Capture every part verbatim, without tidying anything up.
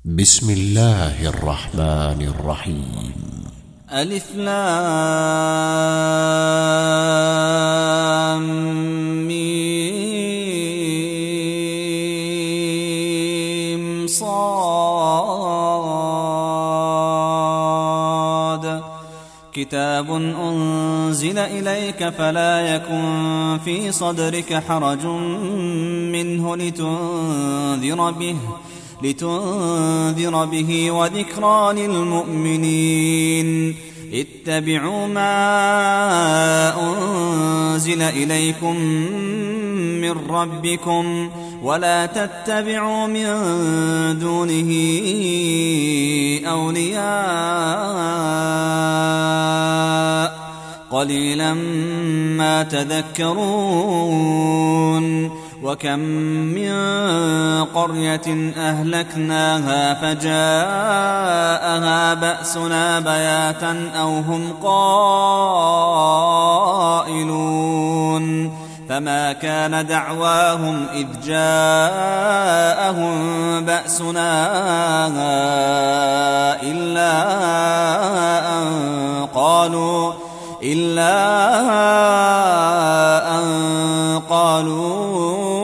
بسم الله الرحمن الرحيم. ألف لام ميم صاد كتاب أنزل إليك فلا يكن في صدرك حرج منه لتنذر به لتنذر به وذكرى للمؤمنين. اتبعوا ما أنزل إليكم من ربكم ولا تتبعوا من دونه أولياء قليلا ما تذكرون. وكم من قرية أهلكناها فجاءها بأسنا بياتا أو هم قائلون فما كان دعواهم إذ جاءهم بأسنا إلا أن قالوا إلا أن قالوا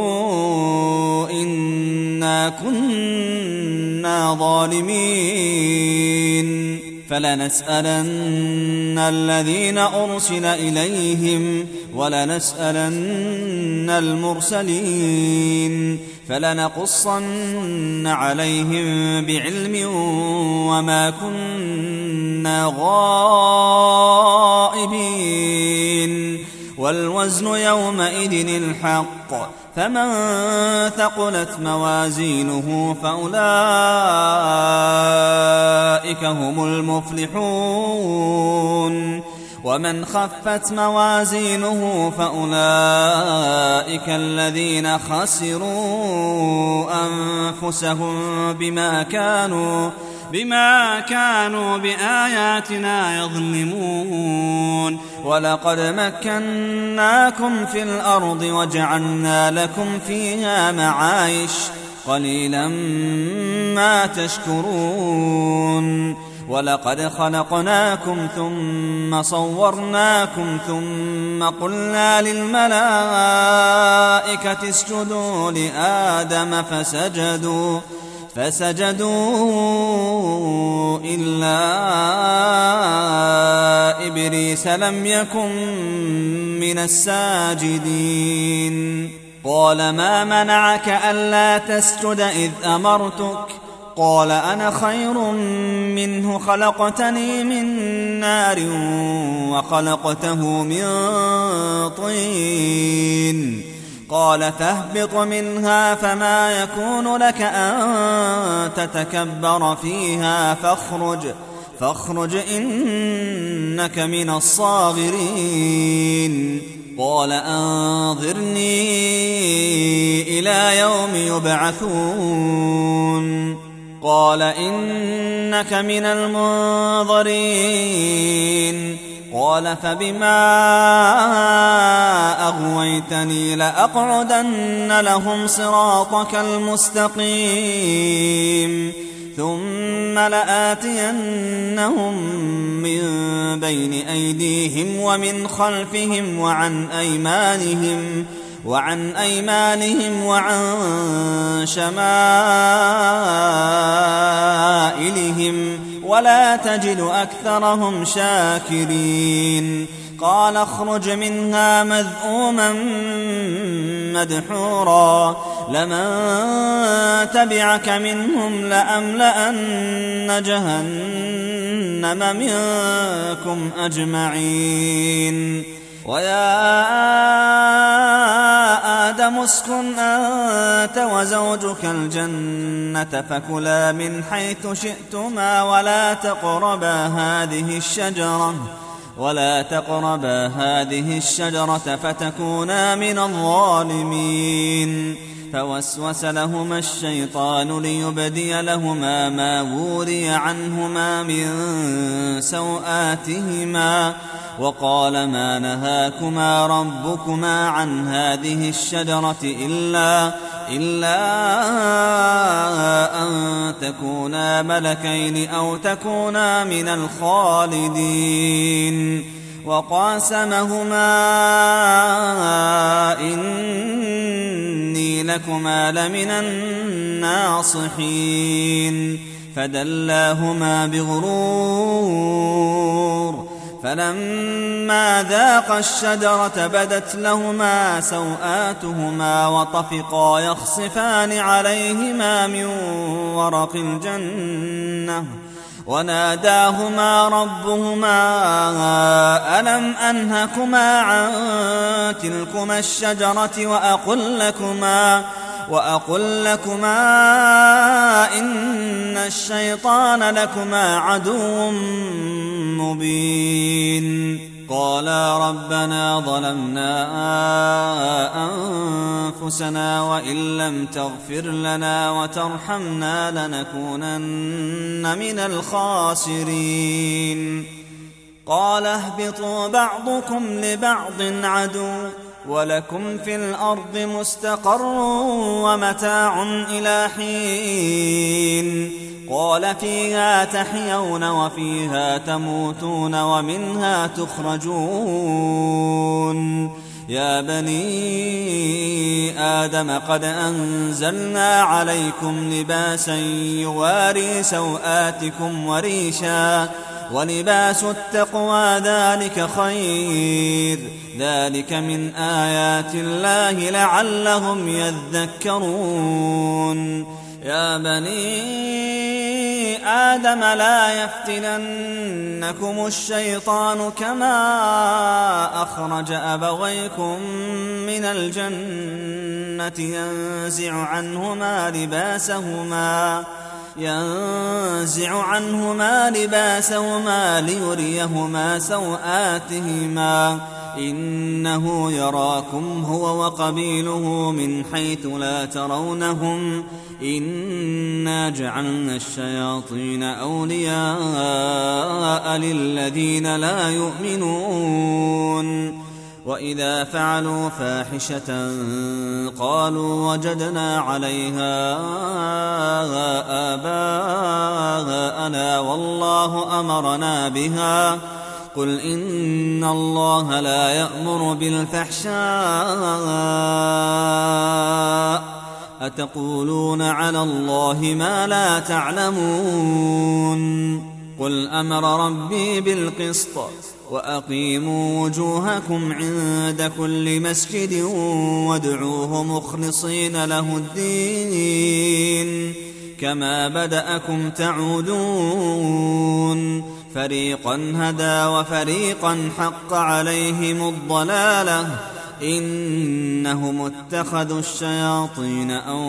إنا كنا ظالمين. فلنسألن الذين أرسل إليهم ولنسألن المرسلين فلنقصن عليهم بعلم وما كنا غائبين. والوزن يومئذ الحق فمن ثقلت موازينه فأولئك هم المفلحون ومن خفت موازينه فأولئك الذين خسروا أنفسهم بما كانوا بما كانوا بآياتنا يظلمون. ولقد مكناكم في الأرض وجعلنا لكم فيها معايش قليلا ما تشكرون. ولقد خلقناكم ثم صورناكم ثم قلنا للملائكة اسجدوا لآدم فسجدوا فسجدوا إلا إبليس لم يكن من الساجدين. قال ما منعك ألا تسجد إذ أمرتك؟ قال أنا خير منه خلقتني من نار وخلقته من طين. قال فاهبط منها فما يكون لك أن تتكبر فيها فاخرج فاخرج إنك من الصاغرين. قال أنظرني إلى يوم يبعثون. قال إنك من المنظرين. قال فبما أغويتني لأقعدن لهم صراطك المستقيم ثم لآتينهم من بين أيديهم ومن خلفهم وعن أيمانهم وعن أيمانهم وعن شمائلهم ولا تجد أكثرهم شاكرين. قال اخرج منها مذءوما مدحورا لمن تبعك منهم لأملأن جهنم منكم أجمعين. ويا آدم اسكن أنت وزوجك الجنة فكلا من حيث شئتما ولا تقربا هذه الشجرة ولا تقربا هذه الشجرة فتكونا من الظالمين. فوسوس لهما الشيطان ليبدي لهما ما وري عنهما من سوآتهما وقال ما نهاكما ربكما عن هذه الشجرة إلا إلا أن تكونا ملكين أو تكونا من الخالدين وقاسمهما إني لكما لمن الناصحين فدلاهما بغرور فلما ذاقا الشجرة بدت لهما سوآتهما وطفقا يخصفان عليهما من ورق الجنة وناداهما ربهما ألم أنهكما عن تلكما الشجرة وأقل لكما وأقل لكما إن الشيطان لكما عدو مبين قالا ربنا ظلمنا أنفسنا وإن لم تغفر لنا وترحمنا لنكونن من الخاسرين قال اهبطوا بعضكم لبعض عدو ولكم في الأرض مستقر ومتاع إلى حين قال فيها تحيون وفيها تموتون ومنها تخرجون يا بني آدم قد أنزلنا عليكم لباسا يواري سوآتكم وريشا ولباس التقوى ذلك خير ذلك من آيات الله لعلهم يذكرون يا بني آدم لا يفتننكم الشيطان كما أخرج أبويكم من الجنة ينزع عنهما لباسهما ينزع عنهما لباسهما ليريهما سوآتهما إنه يراكم هو وقبيله من حيث لا ترونهم إنا جعلنا الشياطين أولياء للذين لا يؤمنون وإذا فعلوا فاحشة قالوا وجدنا عليها آباءنا والله أمرنا بها قل إن الله لا يأمر بالفحشاء أتقولون على الله ما لا تعلمون قل أمر ربي بالقسط وأقيموا وجوهكم عند كل مسجد وادعوه مخلصين له الدين كما بدأكم تعودون فريقا هدى وفريقا حق عليهم الضلالة إنهم اتخذوا الشياطين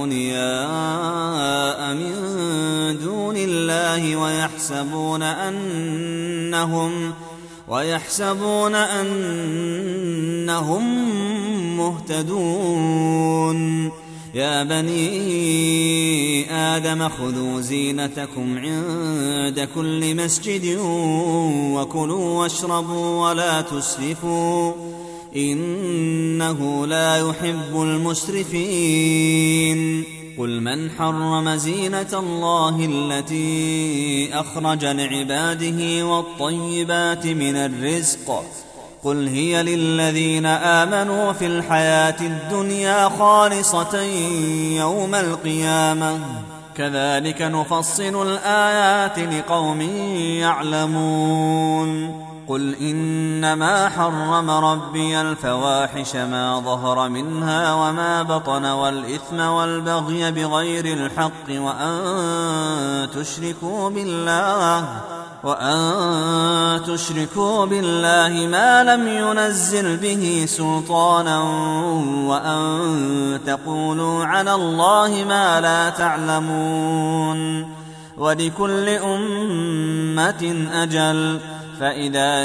أولياء من دون الله ويحسبون أنهم ويحسبون أنهم مهتدون يا بني آدم خذوا زينتكم عند كل مسجد وكلوا واشربوا ولا تسرفوا إنه لا يحب المسرفين قل من حرم زينة الله التي أخرج لعباده والطيبات من الرزق قل هي للذين آمنوا في الحياة الدنيا خالصة يوم القيامة كذلك نفصل الآيات لقوم يعلمون قل إنما حرم ربي الفواحش ما ظهر منها وما بطن والإثم والبغي بغير الحق وأن تشركوا بالله وأن تشركوا بالله ما لم ينزل به سلطانا وأن تقولوا على الله ما لا تعلمون ولكل أمة أجل فإذا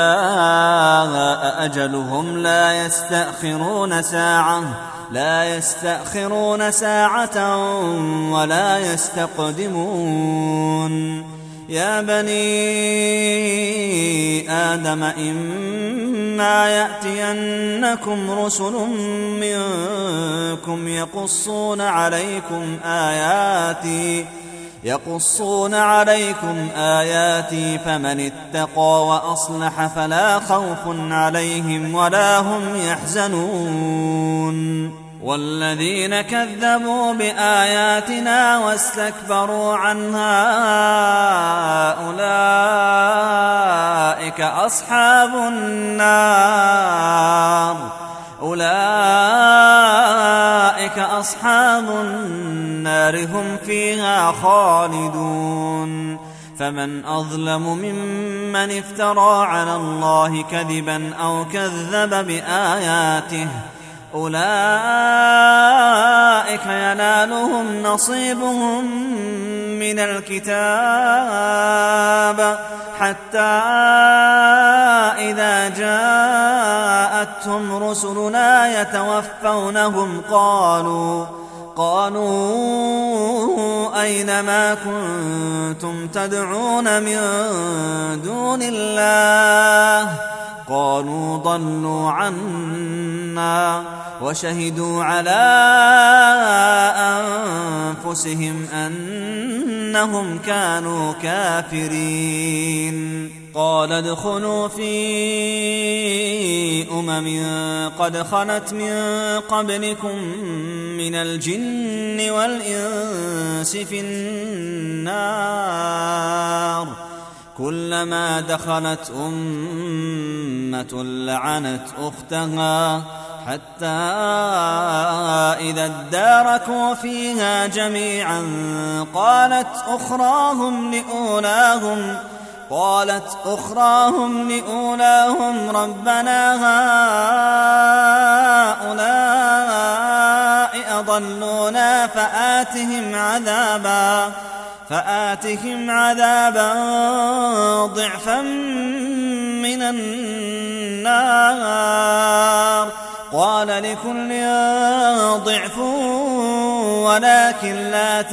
جاء أجلهم لا يستأخرون ساعة لا يستأخرون ساعة ولا يستقدمون يا بني آدم إما يأتينكم رسل منكم يقصون عليكم آياتي يقصون عليكم آياتي فمن اتقى وأصلح فلا خوف عليهم ولا هم يحزنون والذين كذبوا بآياتنا واستكبروا عنها أولئك أصحاب النار أولئك أصحاب النار هم فيها خالدون فمن أظلم ممن افترى على الله كذبا أو كذب بآياته أولئك ينالهم نصيبهم من الكتاب حتى إذا جاءتهم رسلنا يتوفونهم قالوا قالوا أين ما كنتم تدعون من دون الله قالوا ضلوا عنا وشهدوا على أنفسهم أنهم كانوا كافرين قال ادخلوا في أمم قد خلت من قبلكم من الجن والإنس في النار كلما دخلت أمة لعنت أختها حتى إذا اداركوا فيها جميعا قالت أخراهم لأولاهم قالت أخراهم لأولاهم ربنا هؤلاء أضلونا فآتهم عذابا فآتهم عذابا ضعفا من النار قال لكل ضعف ولكن لا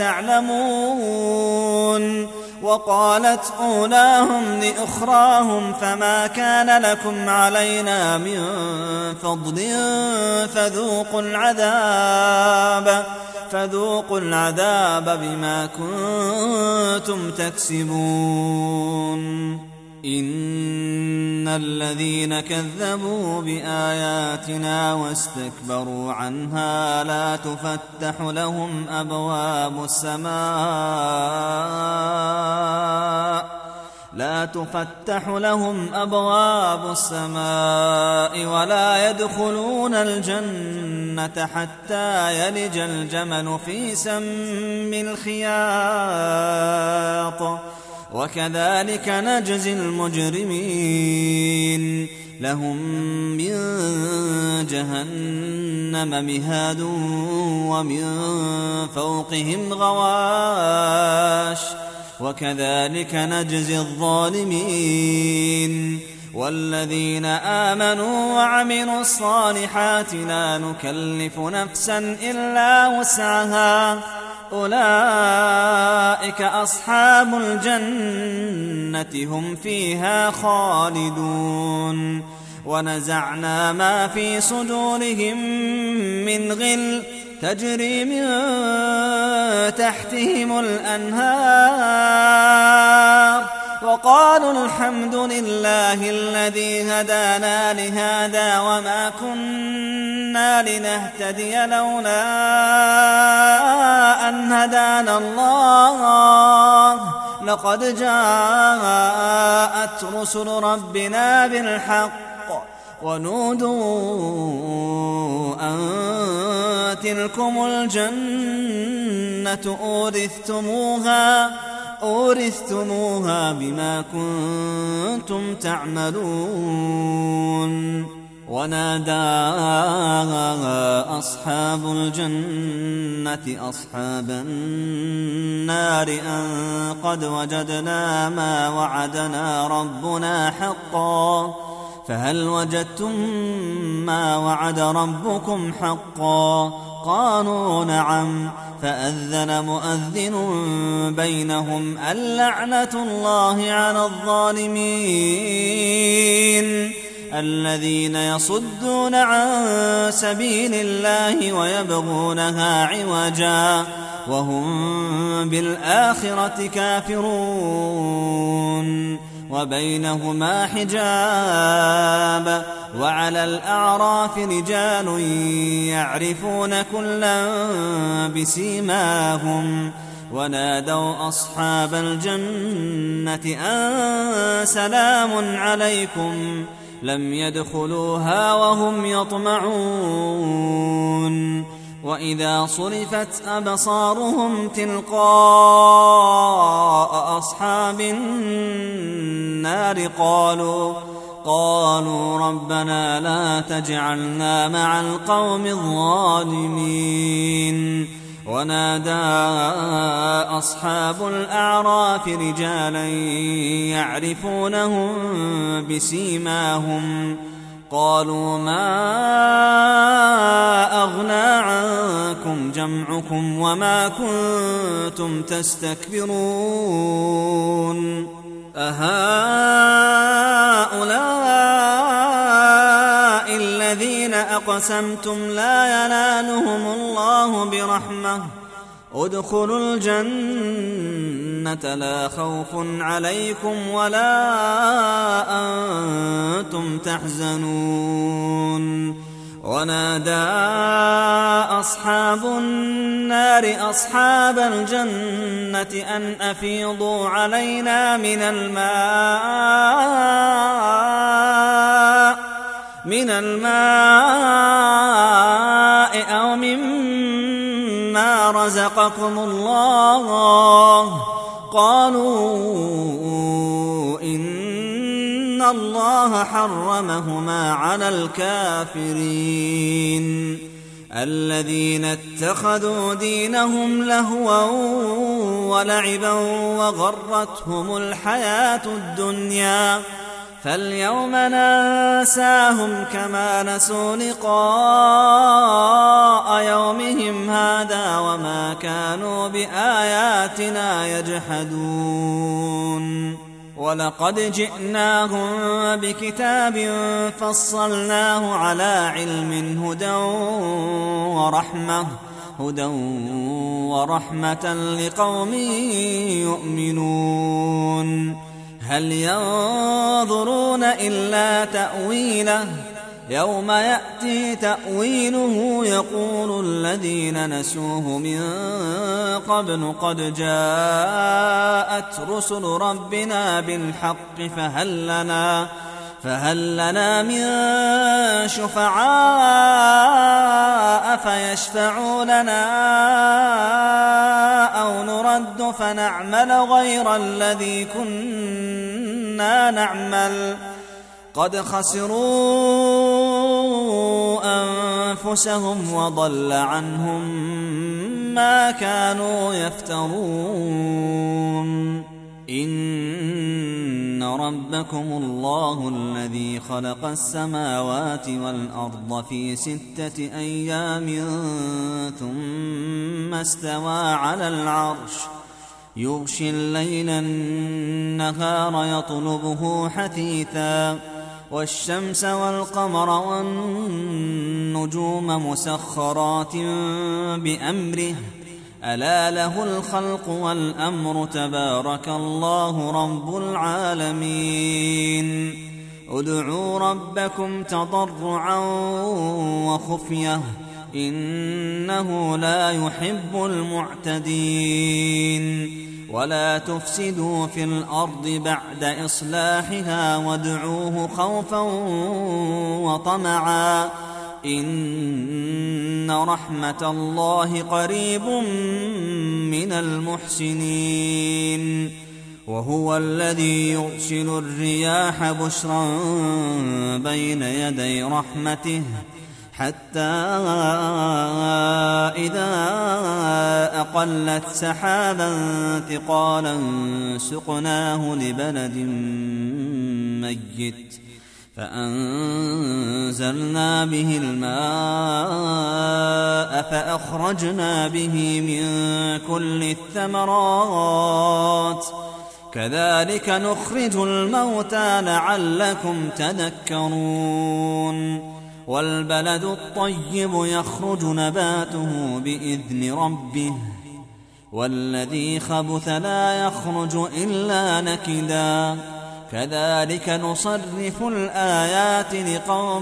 تعلمون وقالت أولاهم لأخراهم فما كان لكم علينا من فضل فذوقوا العذاب فذوقوا العذاب بما كنتم تكسبون إن الذين كذبوا بآياتنا واستكبروا عنها لا تفتح لهم أبواب السماء لا تفتح لهم أبواب السماء ولا يدخلون الجنة حتى يلج الجمل في سم الخياط وكذلك نجزي المجرمين لهم من جهنم مهاد ومن فوقهم غواش وكذلك نجزي الظالمين والذين آمنوا وعملوا الصالحات لا نكلف نفسا إلا وسعها أولئك أصحاب الجنة هم فيها خالدون ونزعنا ما في صدورهم من غل تجري من تحتهم الأنهار وقالوا الحمد لله الذي هدانا لهذا وما كنا لنهتدي لولا أن هدانا الله لقد جاءت رسل ربنا بالحق ونودوا أن تلكم الجنة أورثتموها أورثتموها بما كنتم تعملون ونادى أصحاب الجنة أصحاب النار أن قد وجدنا ما وعدنا ربنا حقا فهل وجدتم ما وعد ربكم حقا قالوا نعم فأذن مؤذن بينهم اللعنة الله على الظالمين الذين يصدون عن سبيل الله ويبغونها عوجا وهم بالآخرة كافرون وبينهما حجاب وعلى الأعراف رجال يعرفون كلا بسيماهم ونادوا أصحاب الجنة أن سلام عليكم لم يدخلوها وهم يطمعون وإذا صرفت أبصارهم تلقاء أصحاب النار قالوا قالوا ربنا لا تجعلنا مع القوم الظالمين ونادى أصحاب الأعراف رجالا يعرفونهم بسيماهم قالوا ما أغنى عنكم جمعكم وما كنتم تستكبرون أهؤلاء الذين أقسمتم لا ينالهم الله برحمة ادخلوا الجنة لا خوف عليكم ولا أنتم تحزنون ونادى أصحاب النار أصحاب الجنة أن أفيضوا علينا من الماء من الماء أو مما رزقكم الله قالوا إن الله حرمهما على الكافرين الذين اتخذوا دينهم لهوا ولعبا وغرتهم الحياة الدنيا فاليوم ننساهم كما نسوا لقاء يومهم هذا وما كانوا بآياتنا يجحدون ولقد جئناهم بكتاب فصلناه على علم هدى ورحمة هدى ورحمة لقوم يؤمنون هل ينظرون إلا تأويله يوم يأتي تأويله يقول الذين نسوه من قبل قد جاءت رسل ربنا بالحق فهل لنا فهل لنا من شفعاء فيشفعوا لنا أو نرد فنعمل غير الذي كنا نعمل قد خسروا أنفسهم وضل عنهم ما كانوا يفترون إن ربكم الله الذي خلق السماوات والأرض في ستة أيام ثم استوى على العرش يغشي الليل النهار يطلبه حثيثا والشمس والقمر والنجوم مسخرات بأمره ألا له الخلق والأمر تبارك الله رب العالمين ادعوا ربكم تضرعا وخفية إنه لا يحب المعتدين ولا تفسدوا في الأرض بعد إصلاحها وادعوه خوفا وطمعا إن رحمة الله قريب من المحسنين وهو الذي يرسل الرياح بشرا بين يدي رحمته حتى إذا أقلت سحابا ثقالا سقناه لبلد ميت فأنزلنا به الماء فأخرجنا به من كل الثمرات كذلك نخرج الموتى لعلكم تذكرون والبلد الطيب يخرج نباته بإذن ربه والذي خبث لا يخرج إلا نكدا كذلك نصرف الآيات لقوم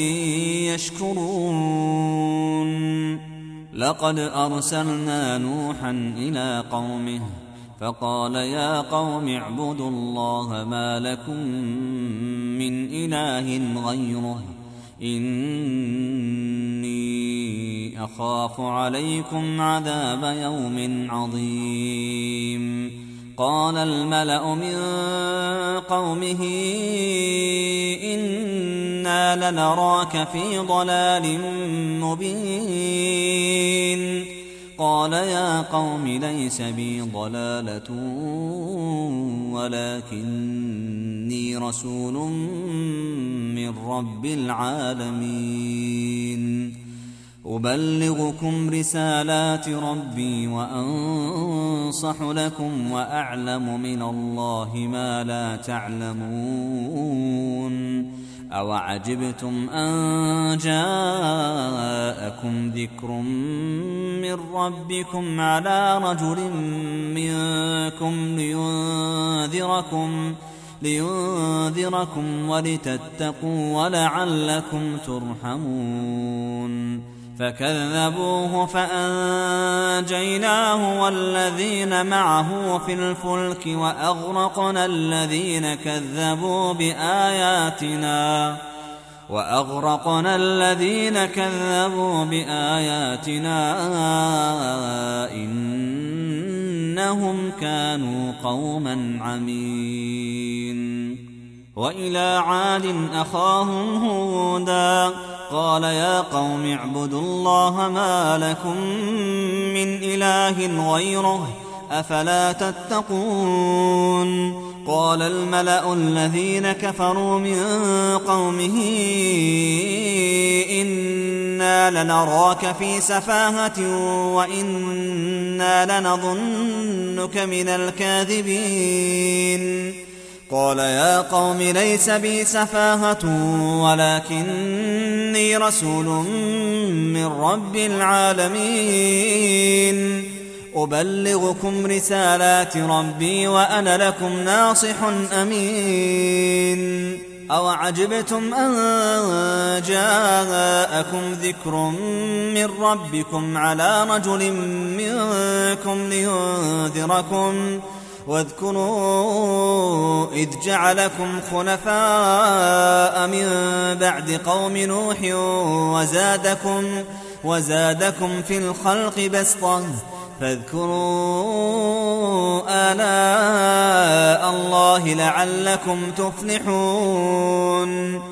يشكرون لقد أرسلنا نوحا إلى قومه فقال يا قوم اعبدوا الله ما لكم من إله غيره إني أخاف عليكم عذاب يوم عظيم قال الملأ من قومه إنا لنراك في ضلال مبين قال يا قوم ليس بي ضلالة ولكني رسول من رب العالمين أبلغكم رسالات ربي وأنصح لكم وأعلم من الله ما لا تعلمون أوعجبتم أن جاءكم ذكر من ربكم على رجل منكم لينذركم لينذركم ولتتقوا ولعلكم ترحمون فكذبوه فأنجيناه والذين معه في الفلك وأغرقنا الذين كذبوا بآياتنا وأغرقنا الذين كذبوا بآياتنا إنهم كانوا قوما عمين وإلى عاد أخاهم هودا قال يا قوم اعبدوا الله ما لكم من إله غيره أفلا تتقون قال الملأ الذين كفروا من قومه إنا لنراك في سفاهة وإنا لنظنك من الكاذبين قال يا قوم ليس بي سفاهة ولكني رسول من رب العالمين أبلغكم رسالات ربي وأنا لكم ناصح أمين أوعجبتم أن جاءكم ذكر من ربكم على رجل منكم لينذركم واذكروا إذ جعلكم خلفاء من بعد قوم نوح وزادكم, وزادكم في الخلق بسطة فاذكروا آلاء الله لعلكم تفلحون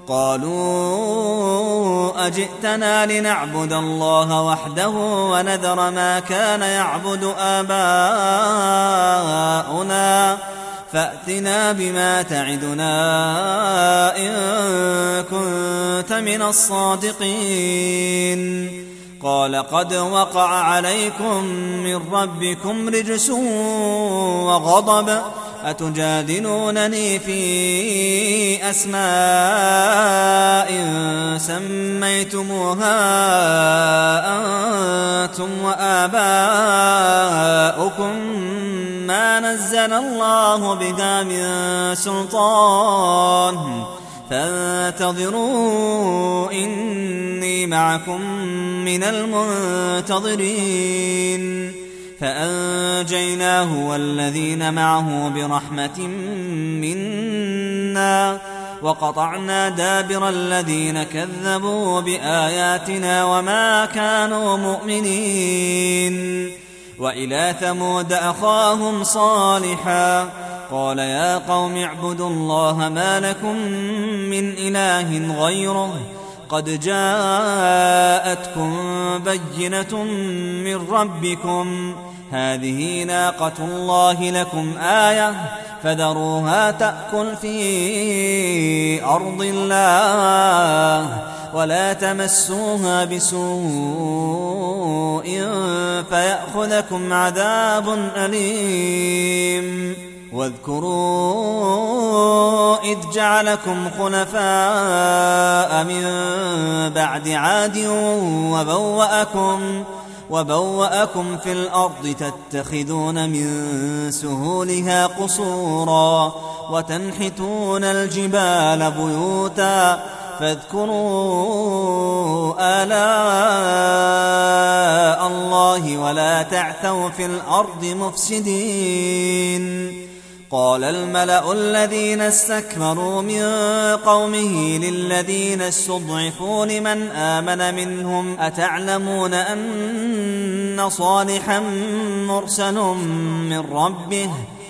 قالوا أجئتنا لنعبد الله وحده ونذر ما كان يعبد آباؤنا فأتنا بما تعدنا إن كنت من الصادقين قال قد وقع عليكم من ربكم رجس وغضب أتجادلونني في أسماء سميتموها أنتم وآباؤكم ما نزل الله بها من سلطان فانتظروا إني معكم من المنتظرين فأنجيناه والذين معه برحمة منا وقطعنا دابر الذين كذبوا بآياتنا وما كانوا مؤمنين وإلى ثمود أخاهم صالحا قال يا قوم اعبدوا الله ما لكم من إله غيره قد جاءتكم بينة من ربكم هذه ناقة الله لكم آية فذروها تأكل في أرض الله ولا تمسوها بسوء فيأخذكم عذاب أليم. واذكروا إذ جعلكم خلفاء من بعد عاد وبوأكم, وبوأكم في الأرض تتخذون من سهولها قصورا وتنحتون الجبال بيوتا فاذكروا آلاء الله ولا تعثوا في الأرض مفسدين. قال الملأ الذين استكبروا من قومه للذين استضعفوا لمن آمن منهم أتعلمون أن صالحا مرسل من ربه؟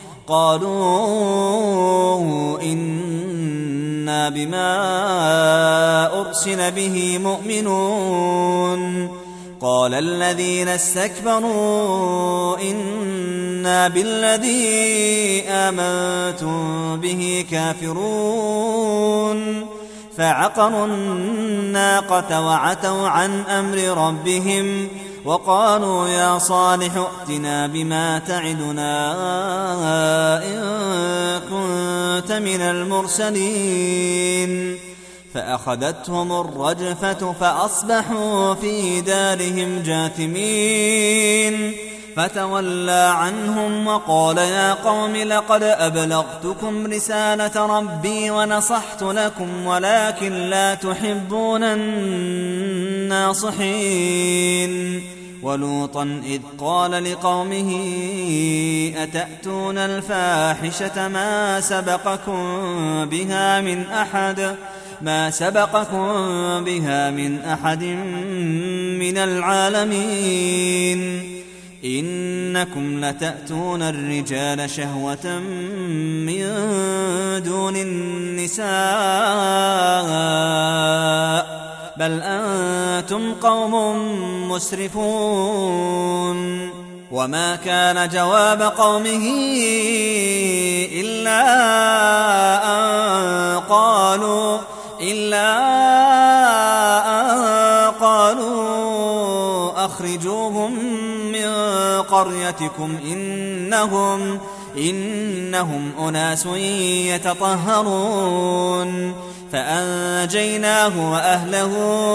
قالوا إنا بما أرسل به مؤمنون. قال الذين استكبروا إنا بالذي آمنتم به كافرون. فعقروا الناقة وعتوا عن أمر ربهم وقالوا يا صالح ائتنا بما تعدنا إن كنت من المرسلين. فأخذتهم الرجفة فأصبحوا في دارهم جاثمين. فتولى عنهم وقال يا قوم لقد أبلغتكم رسالة ربي ونصحت لكم ولكن لا تحبون الناصحين. ولوطا إذ قال لقومه أتأتون الفاحشة ما سبقكم بها من أحد ما سبقكم بها من أحد من العالمين. إنكم لتأتون الرجال شهوة من دون النساء بل أنتم قوم مسرفون. وما كان جواب قومه إلا أن قالوا إلا أن قالوا أخرجوهم من قريتكم إنهم إنهم أناس يتطهرون. فأنجيناه وأهله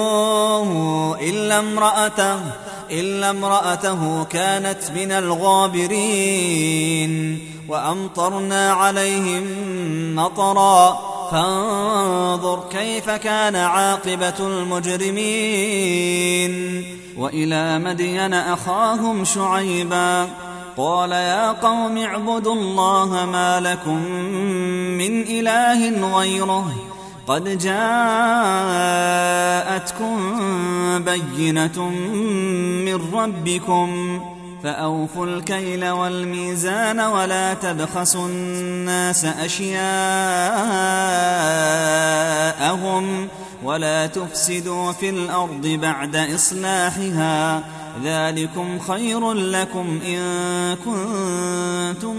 إلا امرأته إلا امرأته كانت من الغابرين. وأمطرنا عليهم مطرا فانظر كيف كان عاقبة المجرمين. وإلى مدين أخاهم شعيبا قال يا قوم اعبدوا الله ما لكم من إله غيره قد جاءتكم بينة من ربكم فأوفوا الكيل والميزان ولا تبخسوا الناس أشياءهم ولا تفسدوا في الأرض بعد إصلاحها ذلكم خير لكم إن كنتم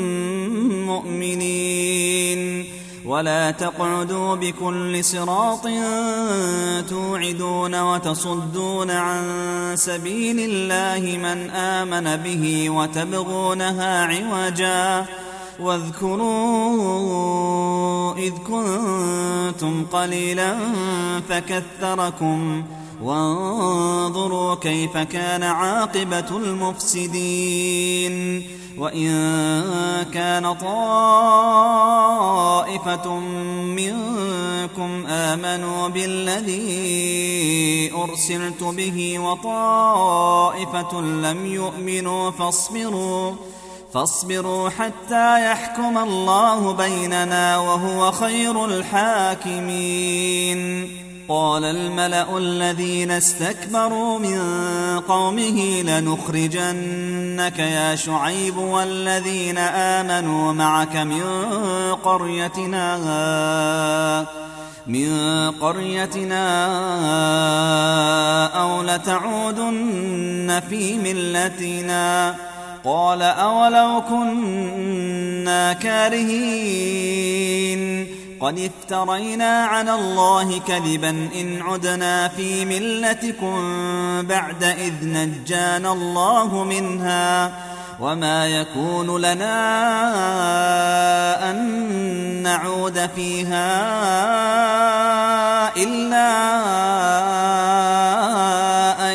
مؤمنين. ولا تقعدوا بكل صراط توعدون وتصدون عن سبيل الله من آمن به وتبغونها عوجا واذكروا إذ كنتم قليلا فكثركم وانظروا كيف كان عاقبة المفسدين. وإن كان طائفة منكم آمنوا بالذي أرسلت به وطائفة لم يؤمنوا فاصبروا فاصبروا حتى يحكم الله بيننا وهو خير الحاكمين. قال الملأ الذين استكبروا من قومه لنخرجنك يا شعيب والذين آمنوا معك من قريتنا من قريتنا أو لتعودن في ملتنا. قال أولو كنا كنا كارهين قد افترينا على الله كذبا إن عدنا في ملتكم بعد إذ نجانا الله منها وما يكون لنا أن نعود فيها إلا أن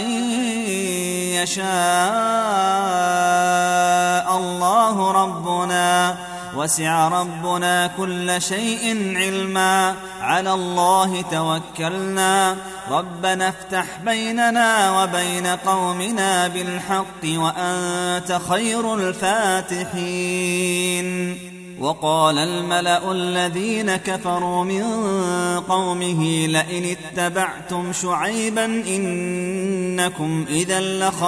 يشاء الله ربنا وسع ربنا كل شيء علما على الله توكلنا ربنا افتح بيننا وبين قومنا بالحق وأنت خير الفاتحين. وقال الملأ الذين كفروا من قومه لئن اتبعتم شعيبا إنكم إذا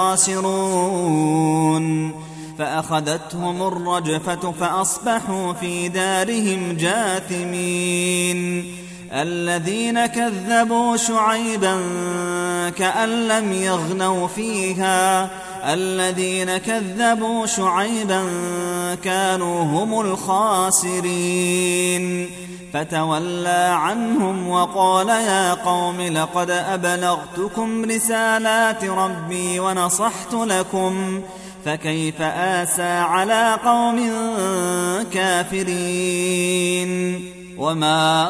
لخاسرون فأخذتهم الرجفة فأصبحوا في دارهم جاثمين. الذين كذبوا شعيبا كأن لم يغنوا فيها الذين كذبوا شعيبا كانوا هم الخاسرين. فتولى عنهم وقال يا قوم لقد أبلغتكم رسالات ربي ونصحت لكم فكيف آسى على قوم كافرين. وما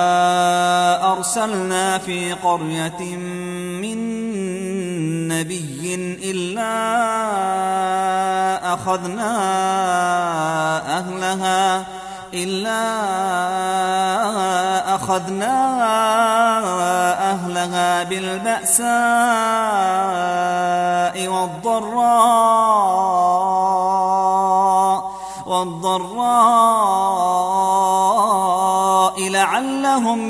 أرسلنا في قرية من نبي إلا أخذنا أهلها إلا أخذنا أهلها بالبأساء والضراء والضراء لعلهم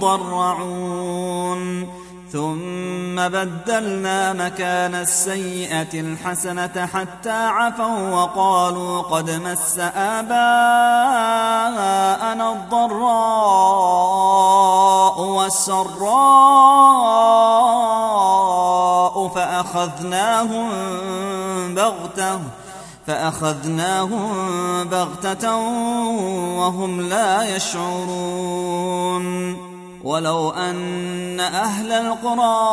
يضرعون. ثم بدلنا مكان السيئة الحسنة حتى عفوا وقالوا قد مس آباءنا الضراء والسراء فأخذناهم بغتة فأخذناهم بغتة وهم لا يشعرون. ولو أن أهل القرى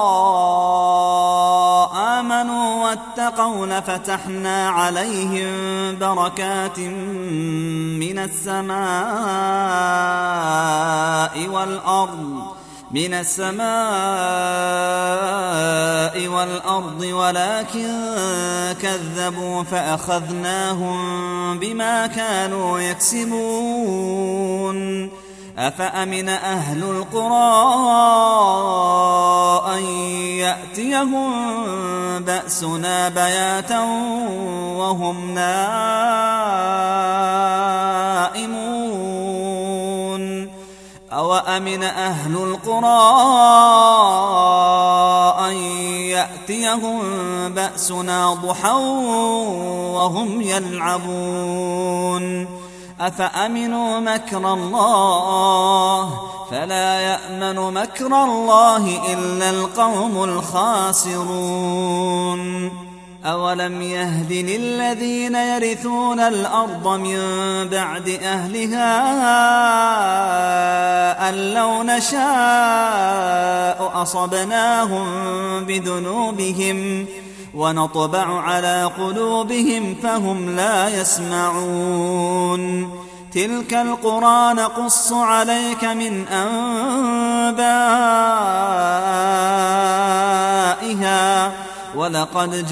آمنوا واتقوا لفتحنا عليهم بركات من السماء والأرض من السماء والأرض ولكن كذبوا فأخذناهم بما كانوا يكسبون. أفأمن أهل القرى أن يأتيهم بأسنا بياتا وهم نائمون أوأمن أهل القرى أن يأتيهم بأسنا ضحى وهم يلعبون أفأمنوا مكر الله فلا يأمن مكر الله إلا القوم الخاسرون. أولم يهد للذين يرثون الأرض من بعد أهلها أن لو نشاء أصبناهم بذنوبهم ونطبع على قلوبهم فهم لا يسمعون. تلك القرى نقص عليك من أنبائها ولقد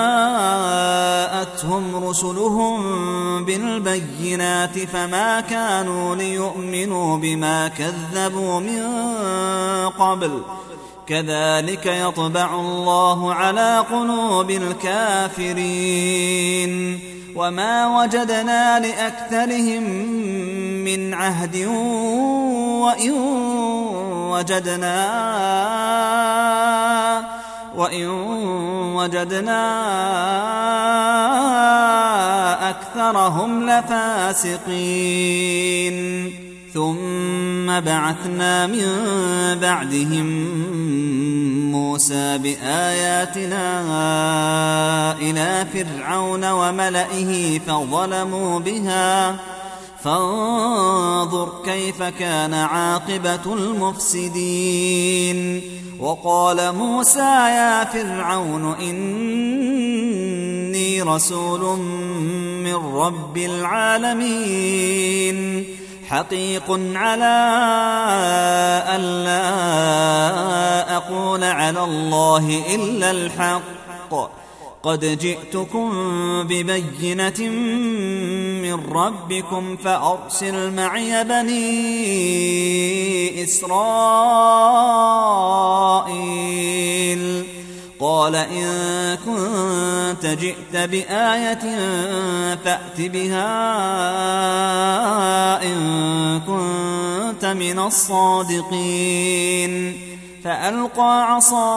جاءتهم رسلهم بالبينات فما كانوا ليؤمنوا بما كذبوا من قبل كذلك يطبع الله على قلوب الكافرين. وما وجدنا لأكثرهم من عهد وإن وجدنا وإن وجدنا أكثرهم لفاسقين. ثم بعثنا من بعدهم موسى بآياتنا إلى فرعون وملئه فظلموا بها فانظر كيف كان عاقبة المفسدين. وقال موسى يا فرعون إني رسول من رب العالمين حقيق على ألا أقول على الله إلا الحق قد جئتكم ببينة من ربكم فأرسل معي بني إسرائيل. قال إن كنت جئت بآية فأت بها إن كنت من الصادقين. فألقى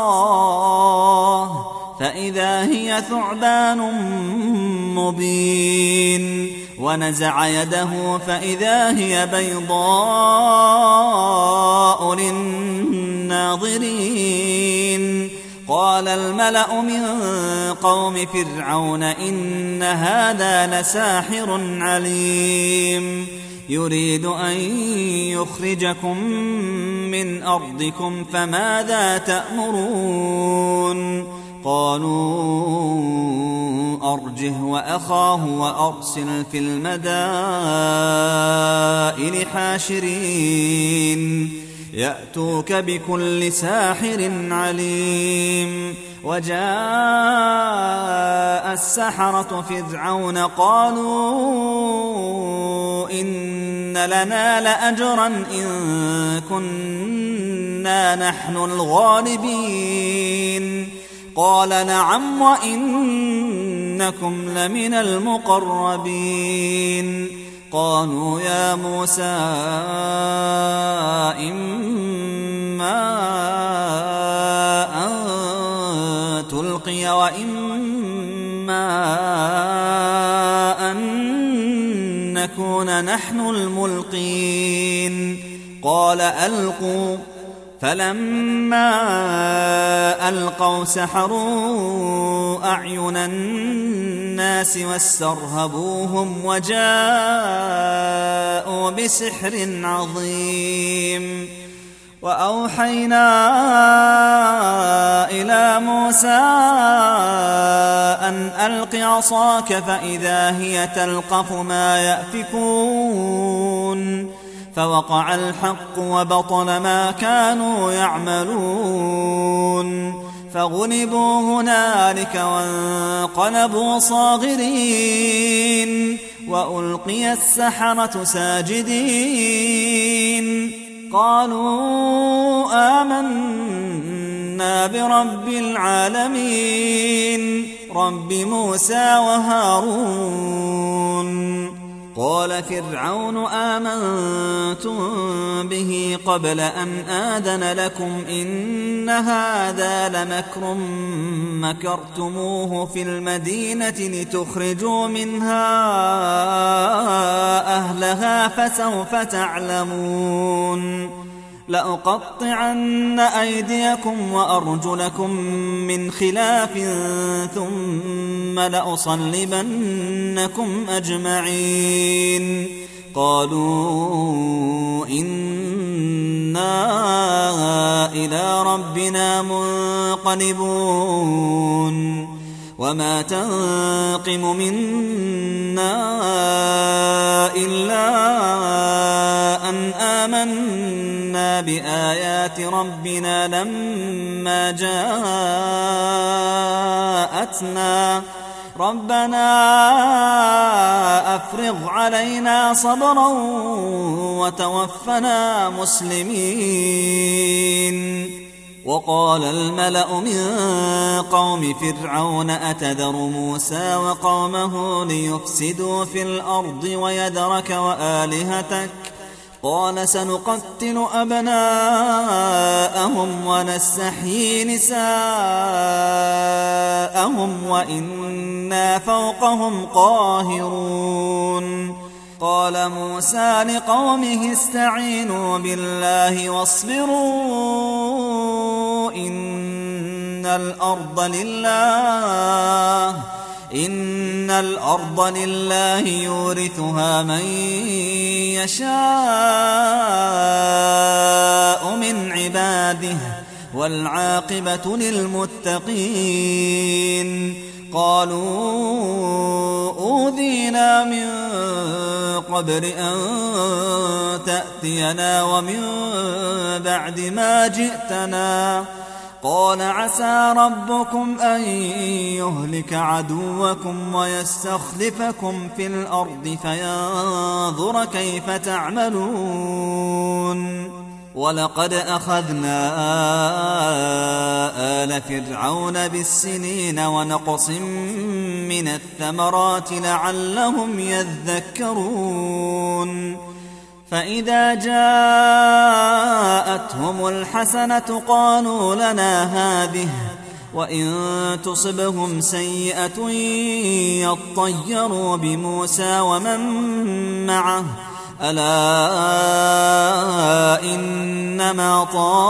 عصاه فإذا هي ثعبان مبين ونزع يده فإذا هي بيضاء للناظرين. قال الملأ من قوم فرعون إن هذا لساحر عليم يريد أن يخرجكم من أرضكم فماذا تأمرون؟ قالوا أرجه وأخاه وأرسل في المدائن حاشرين يأتوك بكل ساحر عليم. وجاء السحرة فرعون قالوا إن لنا لأجرا إن كنا نحن الغالبين. قال نعم وإنكم لمن المقربين. قالوا يا موسى إما أن تلقي وإما أن نكون نحن الملقين. قال ألقوا. فلما ألقوا سحروا أعين الناس واسترهبوهم وجاءوا بسحر عظيم. وأوحينا إلى موسى أن ألق عصاك فإذا هي تلقف ما يأفكون. فوقع الحق وبطل ما كانوا يعملون فغلبوا هنالك وانقلبوا صاغرين وألقي السحرة ساجدين. قالوا آمنا برب العالمين رب موسى وهارون. قال فرعون آمنتم به قبل أن آذن لكم إن هذا لمكر مكرتموه في المدينة لتخرجوا منها أهلها فسوف تعلمون. لأقطعن أيديكم وأرجلكم من خلاف ثم لأصلبنكم أجمعين. قالوا إنا إلى ربنا منقلبون. وما تنقم منا إلا أن آمنا بآيات ربنا لما جاءتنا ربنا أفرغ علينا صبرا وتوفنا مسلمين. وقال الملأ من قوم فرعون أتذر موسى وقومه ليفسدوا في الأرض ويذرك وآلهتك قال سنقتل أبناءهم ونستحيي نساءهم وإنا فوقهم قاهرون. قال موسى لقومه استعينوا بالله واصبروا إن الأرض لله إن الأرض لله يورثها من يشاء من عباده والعاقبة للمتقين. قالوا أوذينا من قبل أن تأتينا ومن بعد ما جئتنا قال عسى ربكم أن يهلك عدوكم ويستخلفكم في الأرض فينظر كيف تعملون. ولقد أخذنا آل فرعون بالسنين ونقص من الثمرات لعلهم يذكرون. فإذا جاءتهم الحسنة قالوا لنا هذه وإن تصبهم سيئة يطيروا بموسى ومن معه ألا إنما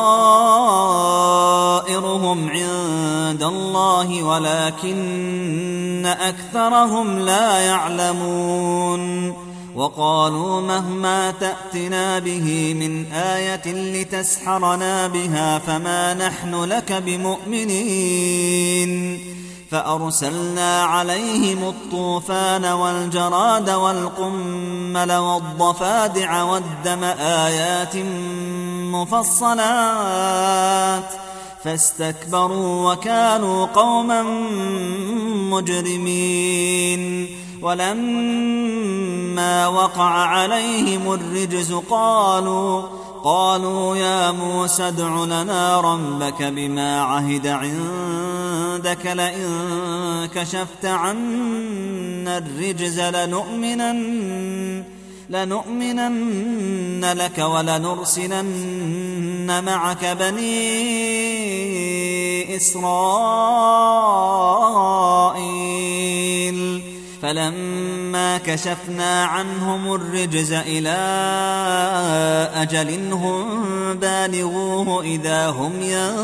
طائرهم عند الله ولكن أكثرهم لا يعلمون. وقالوا مهما تأتنا به من آية لتسحرنا بها فما نحن لك بمؤمنين. فأرسلنا عليهم الطوفان والجراد والقمل والضفادع والدم آيات مفصلات فاستكبروا وكانوا قوما مجرمين. ولما وقع عليهم الرجز قالوا قالوا يا موسى ادع لنا ربك بما عهد عندك لئن كشفت عنا الرجز لنؤمنن, لنؤمنن لك ولنرسلن معك بني إسرائيل. فلما كشفنا عنهم الرجز إلى أجل هم بالغوه إذا هم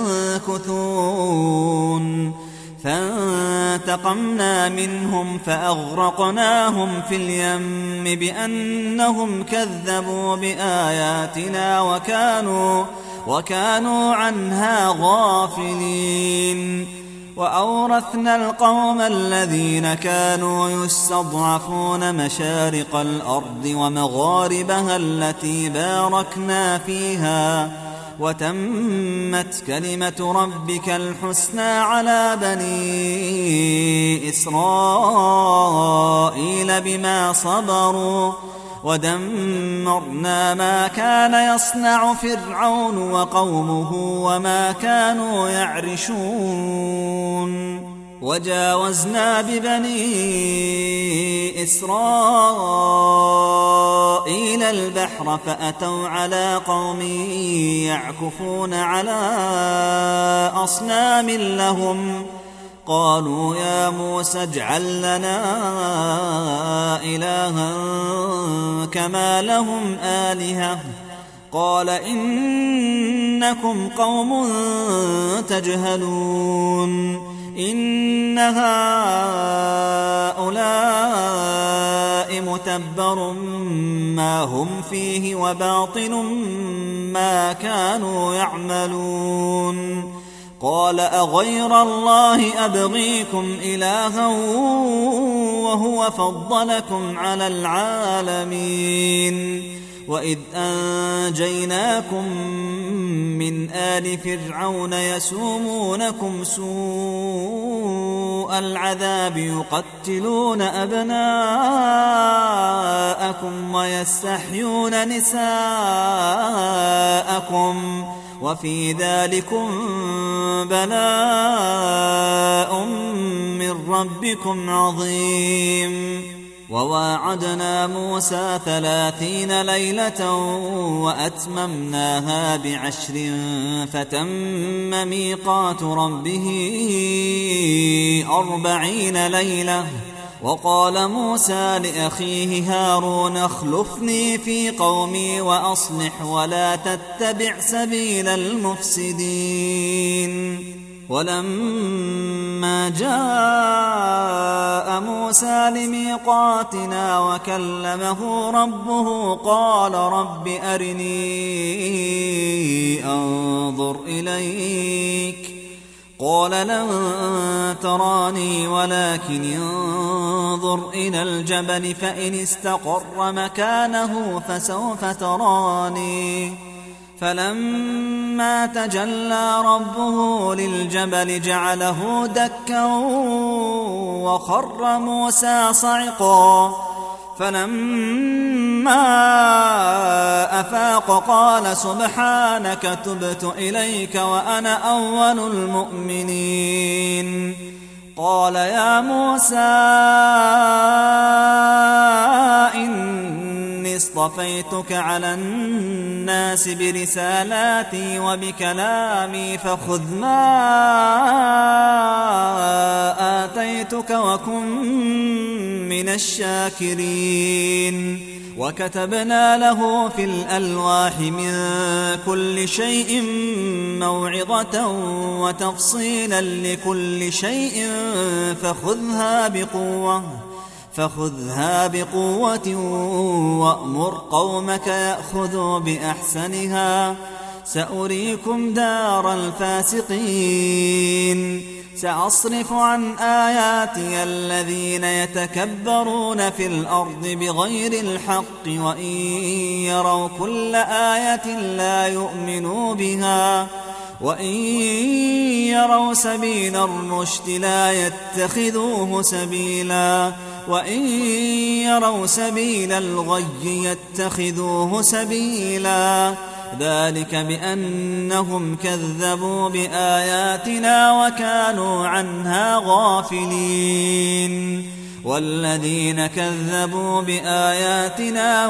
ينكثون فانتقمنا منهم فأغرقناهم في اليم بأنهم كذبوا بآياتنا وكانوا, وكانوا عنها غافلين. وأورثنا القوم الذين كانوا يستضعفون مشارق الأرض ومغاربها التي باركنا فيها وتمت كلمة ربك الحسنى على بني إسرائيل بما صبروا ودمرنا ما كان يصنع فرعون وقومه وما كانوا يعرشون. وجاوزنا ببني إسرائيل البحر فأتوا على قوم يعكفون على أصنام لهم قالوا يا موسى اجعل لنا إلها كما لهم آلهة قال إنكم قوم تجهلون. إن هؤلاء متبر ما هم فيه وباطل ما كانوا يعملون. قال أغير الله أبغيكم إلها وهو فضلكم على العالمين. وإذ أنجيناكم من آل فرعون يسومونكم سوء العذاب يقتلون أبناءكم ويستحيون نساءكم وفي ذلكم بلاء من ربكم عظيم. وواعدنا موسى ثلاثين ليلة وأتممناها بعشر فتم ميقات ربه أربعين ليلة. وقال موسى لأخيه هارون اخلفني في قومي وأصلح ولا تتبع سبيل المفسدين. ولما جاء موسى لميقاتنا وكلمه ربه قال رب أرني أنظر إليك قال لن تراني ولكن انظر إلى الجبل فإن استقر مكانه فسوف تراني فلما تجلى ربه للجبل جعله دكا وخر موسى صعقا فلما أفاق قال سبحانك تبت إليك وأنا أول المؤمنين قال يا موسى إني اصطفيتك على الناس برسالاتي وبكلامي فخذ ما آتيتك وكن من الشاكرين وكتبنا له في الألواح من كل شيء موعظة وتفصيلا لكل شيء فخذها بقوة فخذها بقوة وأمر قومك يأخذوا بأحسنها سأريكم دار الفاسقين سأصرف عن آياتي الذين يتكبرون في الأرض بغير الحق وإن يروا كل آية لا يؤمنوا بها وإن يروا سبيل الرشد لا يتخذوه سبيلا وإن يروا سبيل الغي يتخذوه سبيلا ذلك بأنهم كذبوا بآياتنا وكانوا عنها غافلين والذين كذبوا بآياتنا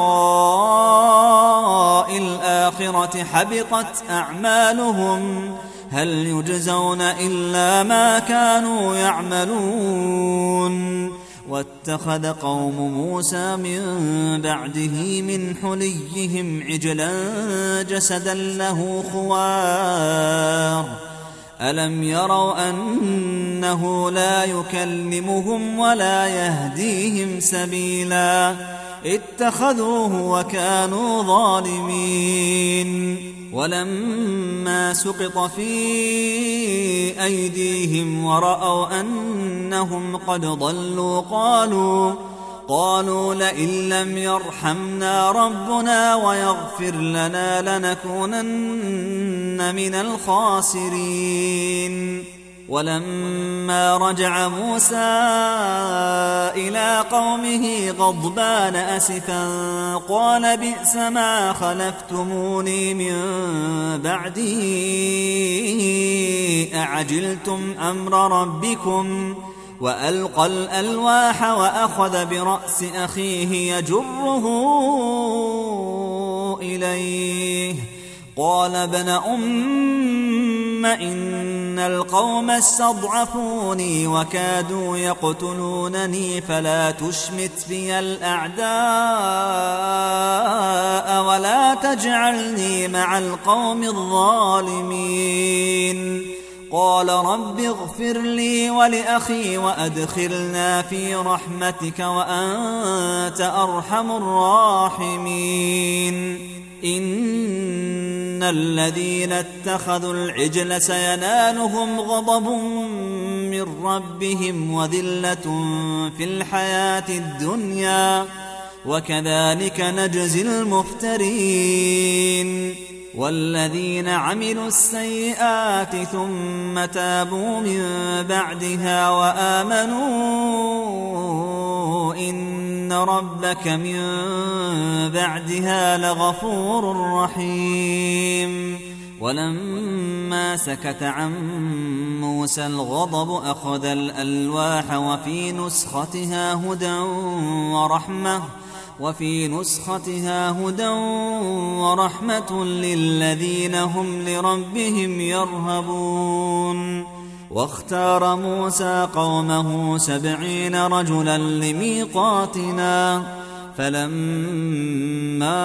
ولقاء الآخرة حبطت أعمالهم هل يجزون إلا ما كانوا يعملون واتخذ قوم موسى من بعده من حليهم عجلا جسدا له خوار ألم يروا أنه لا يكلمهم ولا يهديهم سبيلا اتخذوه وكانوا ظالمين ولما سقط في أيديهم ورأوا أنهم قد ضلوا قالوا قالوا لئن لم يرحمنا ربنا ويغفر لنا لنكونن من الخاسرين ولما رجع موسى إلى قومه غضبان أسفا قال بئس ما خلفتموني من بعدي أعجلتم أمر ربكم وألقى الألواح وأخذ برأس أخيه يجره إليه قال ابن أم إن القوم استضعفوني وكادوا يقتلونني فلا تشمت بي الأعداء ولا تجعلني مع القوم الظالمين قال رب اغفر لي ولأخي وأدخلنا في رحمتك وأنت أرحم الراحمين إن الذين اتخذوا العجل سينالهم غضب من ربهم وذلة في الحياة الدنيا وكذلك نجزي المفترين والذين عملوا السيئات ثم تابوا من بعدها وآمنوا إن ربك من بعدها لغفور رحيم ولما سكت عن موسى الغضب أخذ الألواح وفي نسختها هدى ورحمة وفي نسختها هدى ورحمة للذين هم لربهم يرهبون واختار موسى قومه سبعين رجلا لميقاتنا فلما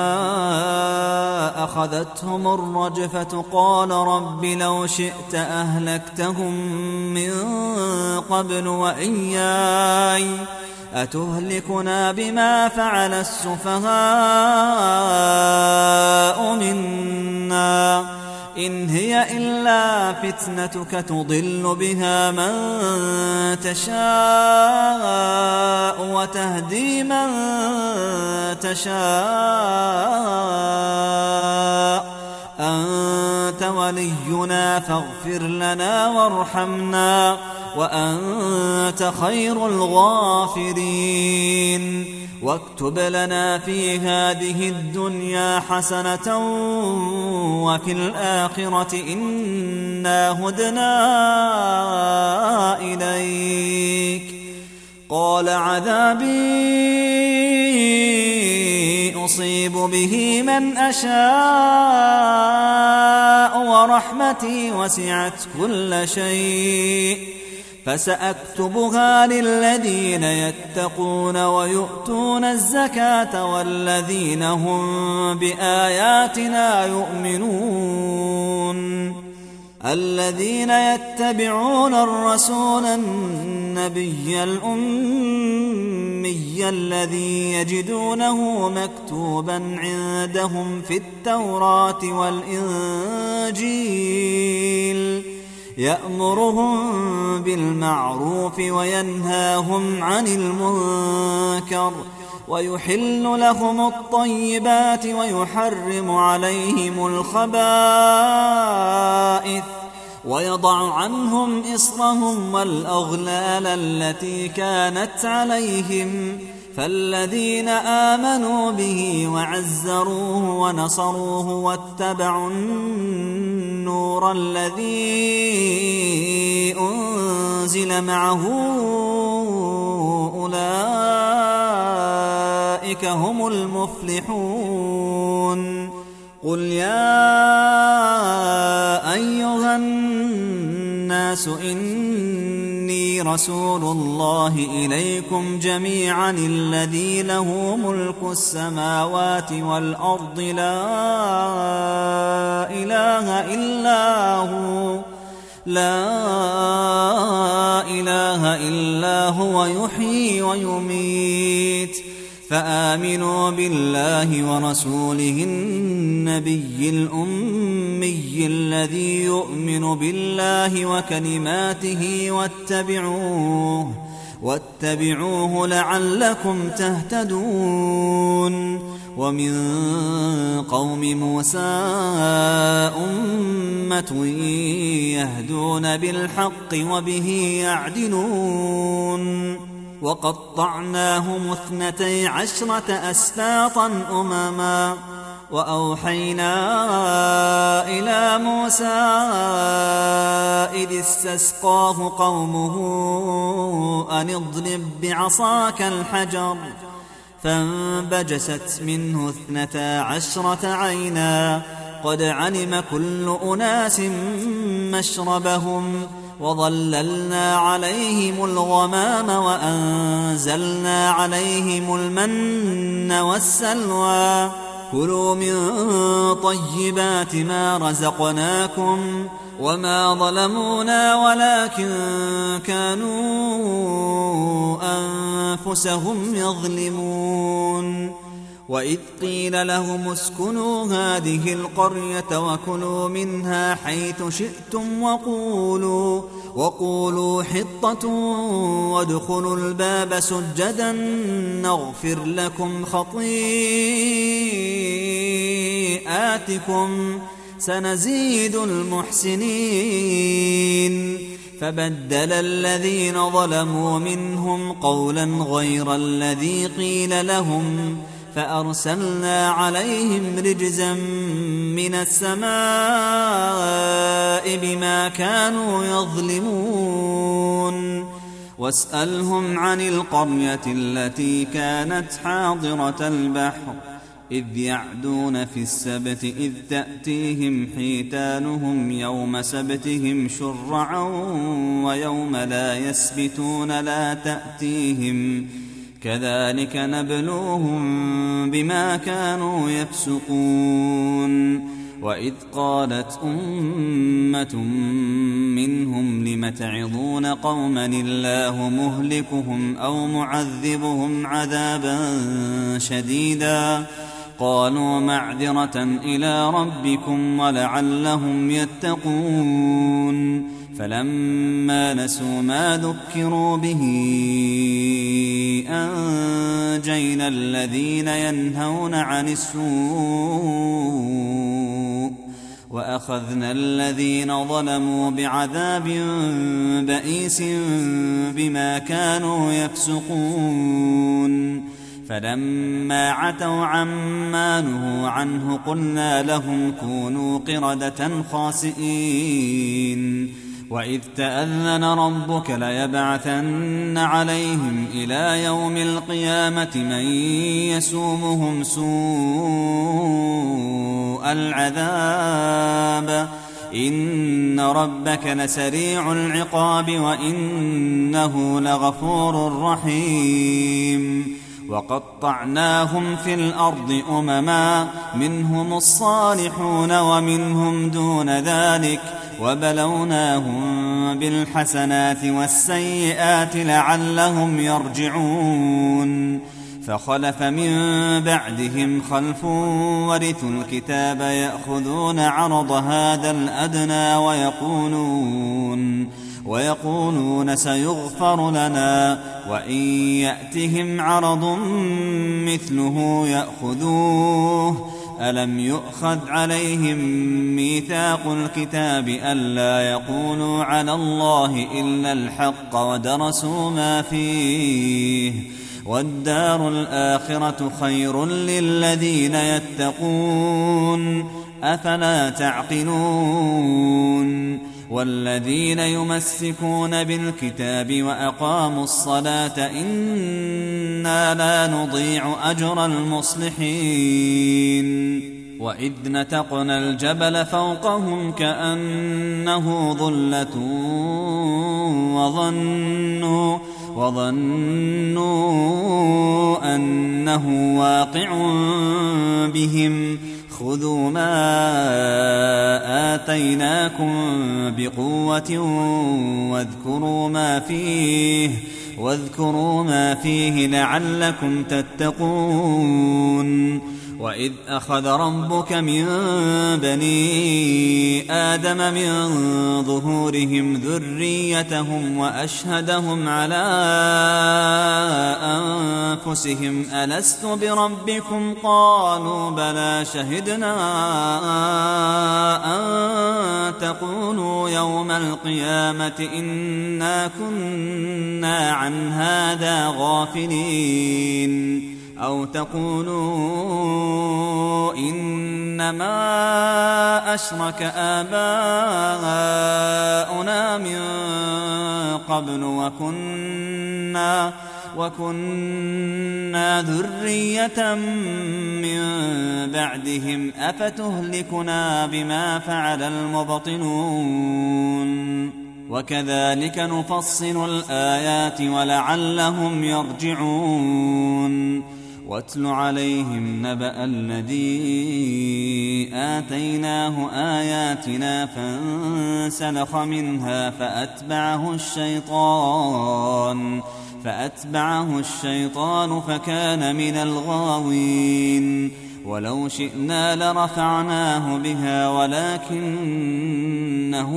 أخذتهم الرجفة قال رب لو شئت أهلكتهم من قبل وإياي أتهلكنا بما فعل السفهاء منا إن هي إلا فتنتك تضل بها من تشاء وتهدي من تشاء أنت ولينا فاغفر لنا وارحمنا وأنت خير الغافرين واكتب لنا في هذه الدنيا حسنة وفي الآخرة إنا هدنا إليك قال عذابي أصيب به من أشاء ورحمتي وسعت كل شيء فسأكتبها للذين يتقون ويؤتون الزكاة والذين هم بآياتنا يؤمنون الذين يتبعون الرسول النبي الأمي الذي يجدونه مكتوبا عندهم في التوراة والإنجيل يأمرهم بالمعروف وينهاهم عن المنكر ويحل لهم الطيبات ويحرم عليهم الخبائث ويضع عنهم إصرهم والأغلال التي كانت عليهم فالذين آمنوا به وعزروه ونصروه واتبعوا النور الذي أنزل معه أولئك هم المفلحون قل يا أيها الناس إني رسول الله إليكم جميعا الذي له ملك السماوات والأرض لا إله إلا هو لا إله إلا هو يحيي ويميت فآمنوا بالله ورسوله النبي الأمي الذي يؤمن بالله وكلماته واتبعوه واتبعوه لعلكم تهتدون ومن قوم موسى أمة يهدون بالحق وبه يعدلون وقطعناهم اثنتي عشرة أسباطا أمما وأوحينا إلى موسى إذ استسقاه قومه أن اضرب بعصاك الحجر فانبجست منه اثنتا عشرة عينا قد علم كل أناس مشربهم وظللنا عليهم الغمام وأنزلنا عليهم المن والسلوى كلوا من طيبات ما رزقناكم وما ظلمونا ولكن كانوا أنفسهم يظلمون وإذ قيل لهم اسكنوا هذه القرية وكلوا منها حيث شئتم وقولوا, وقولوا حطة وادخلوا الباب سجدا نغفر لكم خطيئاتكم سنزيد المحسنين فبدل الذين ظلموا منهم قولا غير الذي قيل لهم فأرسلنا عليهم رجزا من السماء بما كانوا يظلمون واسألهم عن القرية التي كانت حاضرة البحر إذ يعدون في السبت إذ تأتيهم حيتانهم يوم سبتهم شرعا ويوم لا يسبتون لا تأتيهم كذلك نبلوهم بما كانوا يفسقون. وإذ قالت أمة منهم لم تعظون قوما الله مهلكهم أو معذبهم عذابا شديدا قالوا معذرة إلى ربكم ولعلهم يتقون. فلما نسوا ما ذكروا به أنجينا الذين ينهون عن السوء وأخذنا الذين ظلموا بعذاب بئيس بما كانوا يفسقون. فلما عتوا عما نهوا عنه قلنا لهم كونوا قردة خاسئين. وإذ تأذن ربك ليبعثن عليهم إلى يوم القيامة من يسومهم سوء العذاب إن ربك لسريع العقاب وإنه لغفور رحيم. وقطعناهم في الأرض أمما منهم الصالحون ومنهم دون ذلك وبلوناهم بالحسنات والسيئات لعلهم يرجعون. فخلف من بعدهم خلف ورثوا الكتاب يأخذون عرض هذا الأدنى ويقولون ويقولون سيغفر لنا وإن يأتهم عرض مثله يأخذوه. ألم يؤخذ عليهم ميثاق الكتاب ألا يقولوا على الله إلا الحق ودرسوا ما فيه والدار الآخرة خير للذين يتقون أفلا تعقلون. والذين يمسكون بالكتاب وأقاموا الصلاة إنا لا نضيع أجر المصلحين. وإذ نتقنا الجبل فوقهم كأنه ظلة وظنوا, وظنوا أنه واقع بهم خذوا ما آتيناكم بقوة واذكروا ما فيه واذكروا ما فيه لعلكم تتقون. وإذ أخذ ربك من بني آدم من ظهورهم ذريتهم وأشهدهم على أنفسهم ألست بربكم قالوا بلى شهدنا أن تقولوا يوم القيامة إنا كنا عن هذا غافلين أو تقولوا إنما أشرك آباؤنا من قبل وكنا, وكنا ذرية من بعدهم أفتهلكنا بما فعل المبطلون. وكذلك نفصل الآيات ولعلهم يرجعون. واتل عليهم نبأ الذي آتيناه آياتنا فانسلخ منها فأتبعه الشيطان فأتبعه الشيطان فكان من الغاوين. ولو شئنا لرفعناه بها ولكنه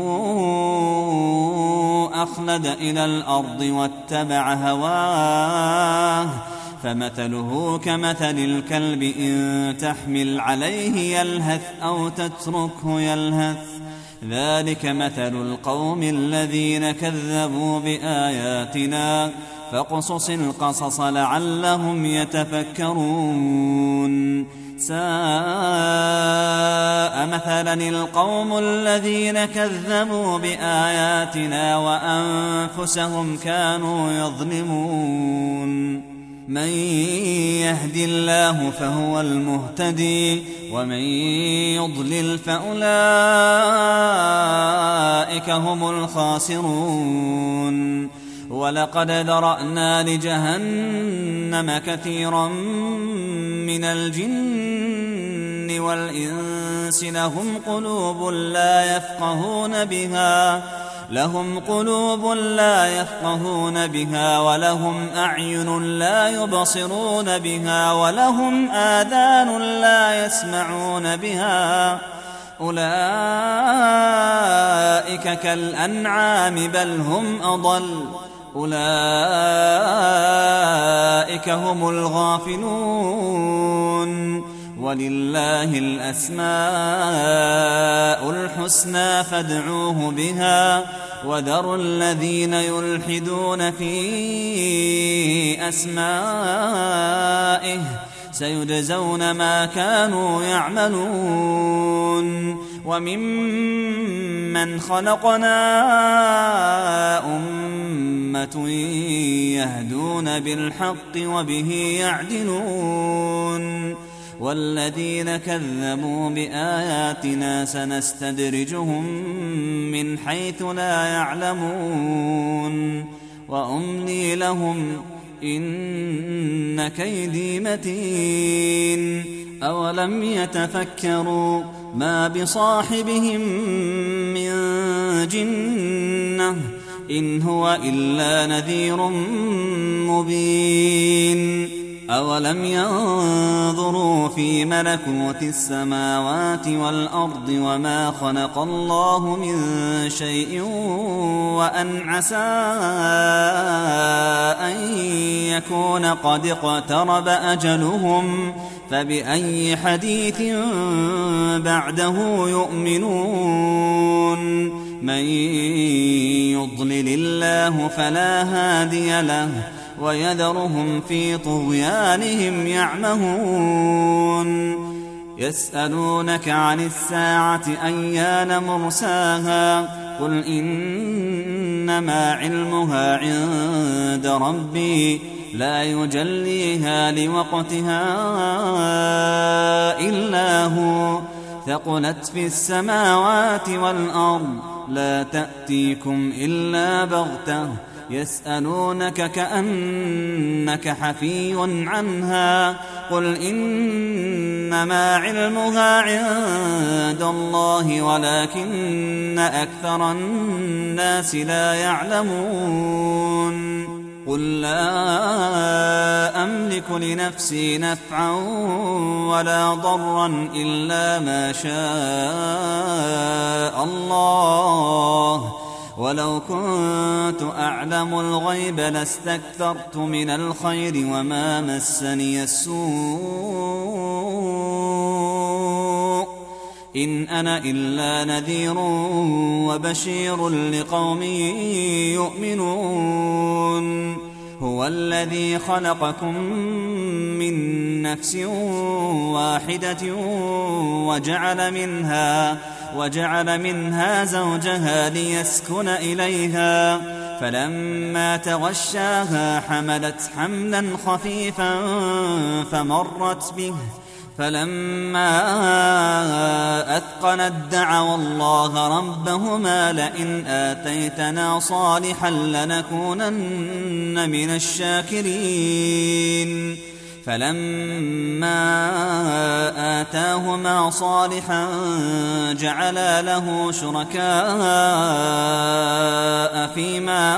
أخلد إلى الأرض واتبع هواه فمثله كمثل الكلب إن تحمل عليه يلهث أو تتركه يلهث ذلك مثل القوم الذين كذبوا بآياتنا فاقصص القصص لعلهم يتفكرون. ساء مثلا القوم الذين كذبوا بآياتنا وأنفسهم كانوا يظلمون. من يهد الله فهو المهتدي ومن يضلل فأولئك هم الخاسرون. ولقد ذرأنا لجهنم كثيرا من الجن والإنس لهم قلوب لا يفقهون بها لهم قلوب لا يفقهون بها ولهم أعين لا يبصرون بها ولهم آذان لا يسمعون بها أولئك كالأنعام بل هم أضل أولئك هم الغافلون ولله الأسماء الحسنى فادعوه بها وذروا الذين يلحدون في أسمائه سيجزون ما كانوا يعملون وممن خلقنا أمة يهدون بالحق وبه يعدلون والذين كذبوا بآياتنا سنستدرجهم من حيث لا يعلمون وأملي لهم إن كيدي متين أولم يتفكروا ما بصاحبهم من جنة إن هو إلا نذير مبين أولم ينظروا في ملكوت السماوات والأرض وما خلق الله من شيء وأن عسى أن يكون قد اقترب أجلهم فبأي حديث بعده يؤمنون من يضلل الله فلا هادي له ويذرهم في طغيانهم يعمهون يسألونك عن الساعة أيان مرساها قل إنما علمها عند ربي لا يجليها لوقتها إلا هو ثقلت في السماوات والأرض لا تأتيكم إلا بغتة يسألونك كأنك حفي عنها قل إنما علمها عند الله ولكن أكثر الناس لا يعلمون قل لا أملك لنفسي نفعا ولا ضرا إلا ما شاء الله ولو كنت أعلم الغيب لاستكثرت من الخير وما مسني السوء إن أنا إلا نذير وبشير لقوم يؤمنون هو الذي خلقكم من نفس واحدة وجعل منها وجعل منها زوجها ليسكن إليها فلما تغشاها حملت حملا خفيفا فمرت به فلما أثقلت دعوا الله ربهما لئن آتيتنا صالحا لنكونن من الشاكرين فلما آتاهما صالحا جعلا له شركاء فيما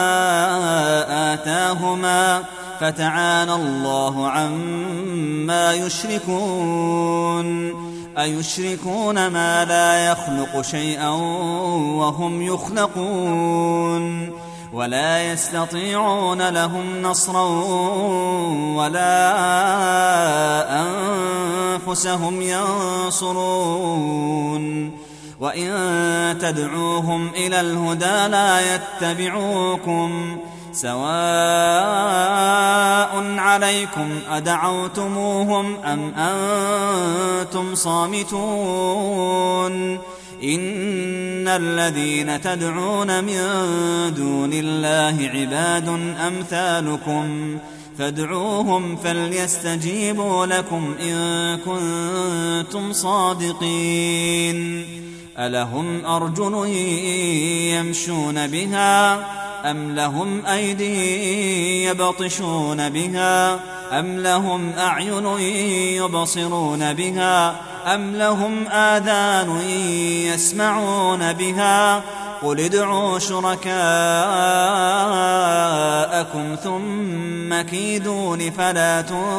آتاهما فتعالى الله عما يشركون أيشركون ما لا يخلق شيئا وهم يخلقون ولا يستطيعون لهم نصرا ولا أنفسهم ينصرون وإن تدعوهم إلى الهدى لا يتبعوكم سواء عليكم أدعوتموهم أم أنتم صامتون إن الذين تدعون من دون الله عباد أمثالكم فادعوهم فليستجيبوا لكم إن كنتم صادقين ألهم أرجل يمشون بها أم لهم أيدي يبطشون بها أم لهم أعين يبصرون بها أم لهم آذان يسمعون بها قل ادعوا شركاءكم ثم كيدون فلا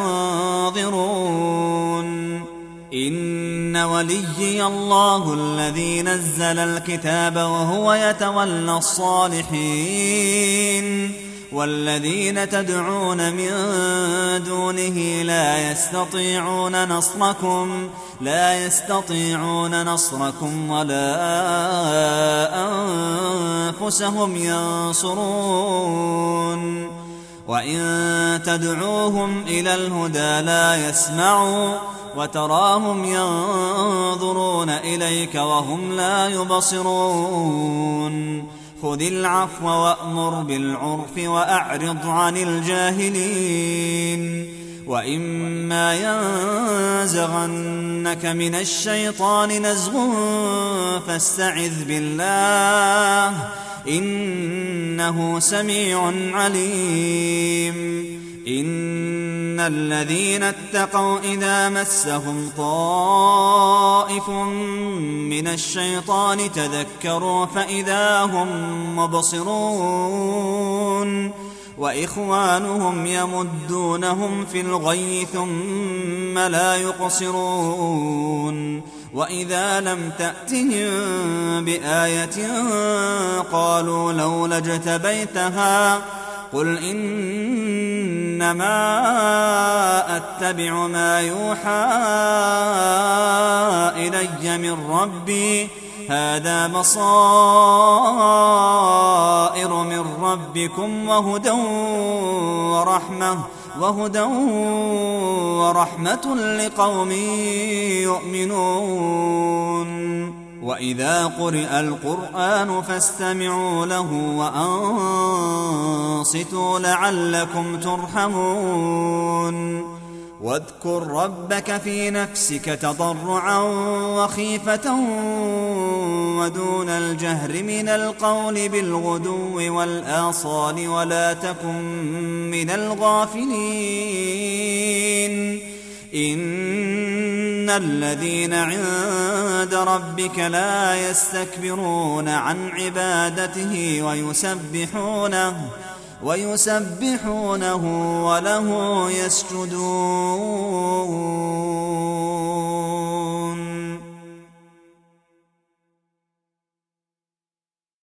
تنظرون إن وليي الله الذي نزل الكتاب وهو يتولى الصالحين والذين تدعون من دونه لا يستطيعون نصركم لا يستطيعون نصركم ولا أنفسهم ينصرون وإن تدعوهم إلى الهدى لا يسمعوا وتراهم ينظرون إليك وهم لا يبصرون خذ العفو وأمر بالعرف وأعرض عن الجاهلين وإما ينزغنك من الشيطان نزغ فاستعذ بالله إنه سميع عليم إن الذين اتقوا إذا مسهم طائف من الشيطان تذكروا فإذا هم مبصرون وإخوانهم يمدونهم في الغي ثم لا يقصرون وإذا لم تأتهم بآية قالوا لولا اجتبيتها قل إنما أتبع ما يوحى إلي من ربي هذا بصائر من ربكم وهدى ورحمة وهدى ورحمة لقوم يؤمنون وإذا قرئ القرآن فاستمعوا له وأنصتوا لعلكم ترحمون واذكر ربك في نفسك تضرعا وخيفة ودون الجهر من القول بالغدو والآصال ولا تكن من الغافلين إن الذين عند ربك لا يستكبرون عن عبادته ويسبحونه ويسبحونه وله يسجدون